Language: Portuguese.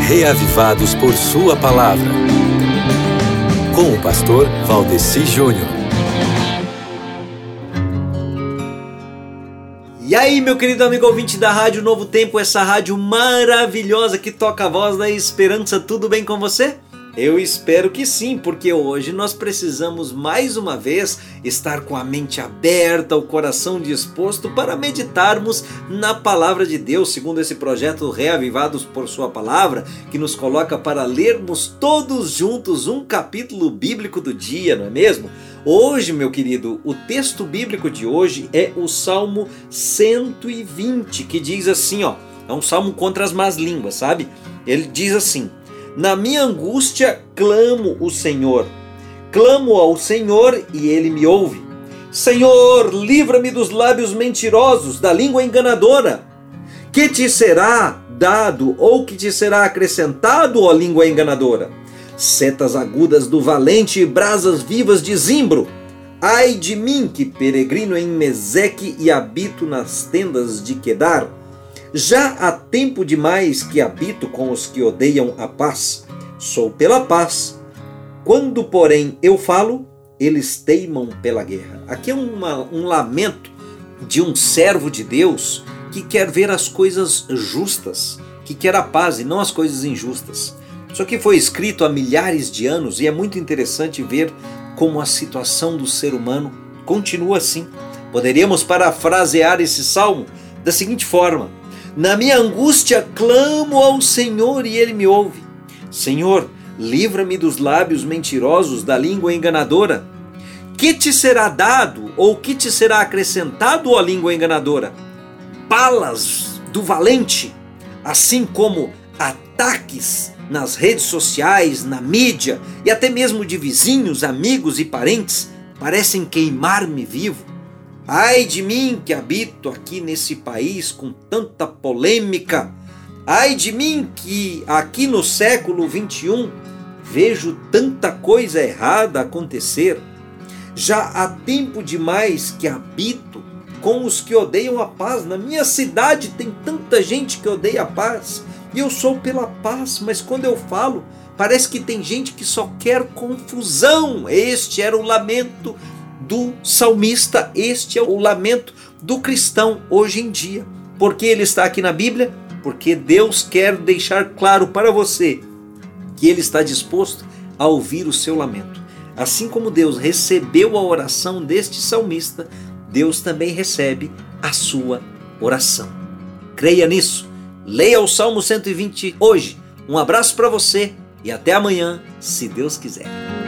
Reavivados por Sua Palavra, com o pastor Valdeci Júnior. E aí, meu querido amigo ouvinte da Rádio Novo Tempo, essa rádio maravilhosa que toca a voz da esperança, tudo bem com você? Eu espero que sim, porque hoje nós precisamos mais uma vez estar com a mente aberta, o coração disposto para meditarmos na Palavra de Deus, segundo esse projeto Reavivados por Sua Palavra, que nos coloca para lermos todos juntos um capítulo bíblico do dia, não é mesmo? Hoje, meu querido, o texto bíblico de hoje é o Salmo 120, que diz assim, é um salmo contra as más línguas, sabe? Ele diz assim: na minha angústia clamo o Senhor, clamo ao Senhor e Ele me ouve. Senhor, livra-me dos lábios mentirosos, da língua enganadora. Que te será dado ou que te será acrescentado, ó língua enganadora? Setas agudas do valente e brasas vivas de zimbro. Ai de mim que peregrino em Meseque e habito nas tendas de Quedar. Já há tempo demais que habito com os que odeiam a paz. Sou pela paz. Quando, porém, eu falo, eles teimam pela guerra. Aqui é um lamento de um servo de Deus que quer ver as coisas justas, que quer a paz e não as coisas injustas. Isso aqui foi escrito há milhares de anos e é muito interessante ver como a situação do ser humano continua assim. Poderíamos parafrasear esse salmo da seguinte forma: na minha angústia clamo ao Senhor e Ele me ouve. Senhor, livra-me dos lábios mentirosos, da língua enganadora. Que te será dado ou que te será acrescentado, ó língua enganadora? Balas do valente, assim como ataques nas redes sociais, na mídia e até mesmo de vizinhos, amigos e parentes, parecem queimar-me vivo. Ai de mim que habito aqui nesse país com tanta polêmica. Ai de mim que aqui no século 21 vejo tanta coisa errada acontecer. Já há tempo demais que habito com os que odeiam a paz. Na minha cidade tem tanta gente que odeia a paz. E eu sou pela paz, mas quando eu falo, parece que tem gente que só quer confusão. Este era o lamento do salmista, este é o lamento do cristão hoje em dia. Por que ele está aqui na Bíblia? Porque Deus quer deixar claro para você que Ele está disposto a ouvir o seu lamento. Assim como Deus recebeu a oração deste salmista, Deus também recebe a sua oração. Creia nisso. Leia o Salmo 120 hoje. Um abraço para você e até amanhã, se Deus quiser.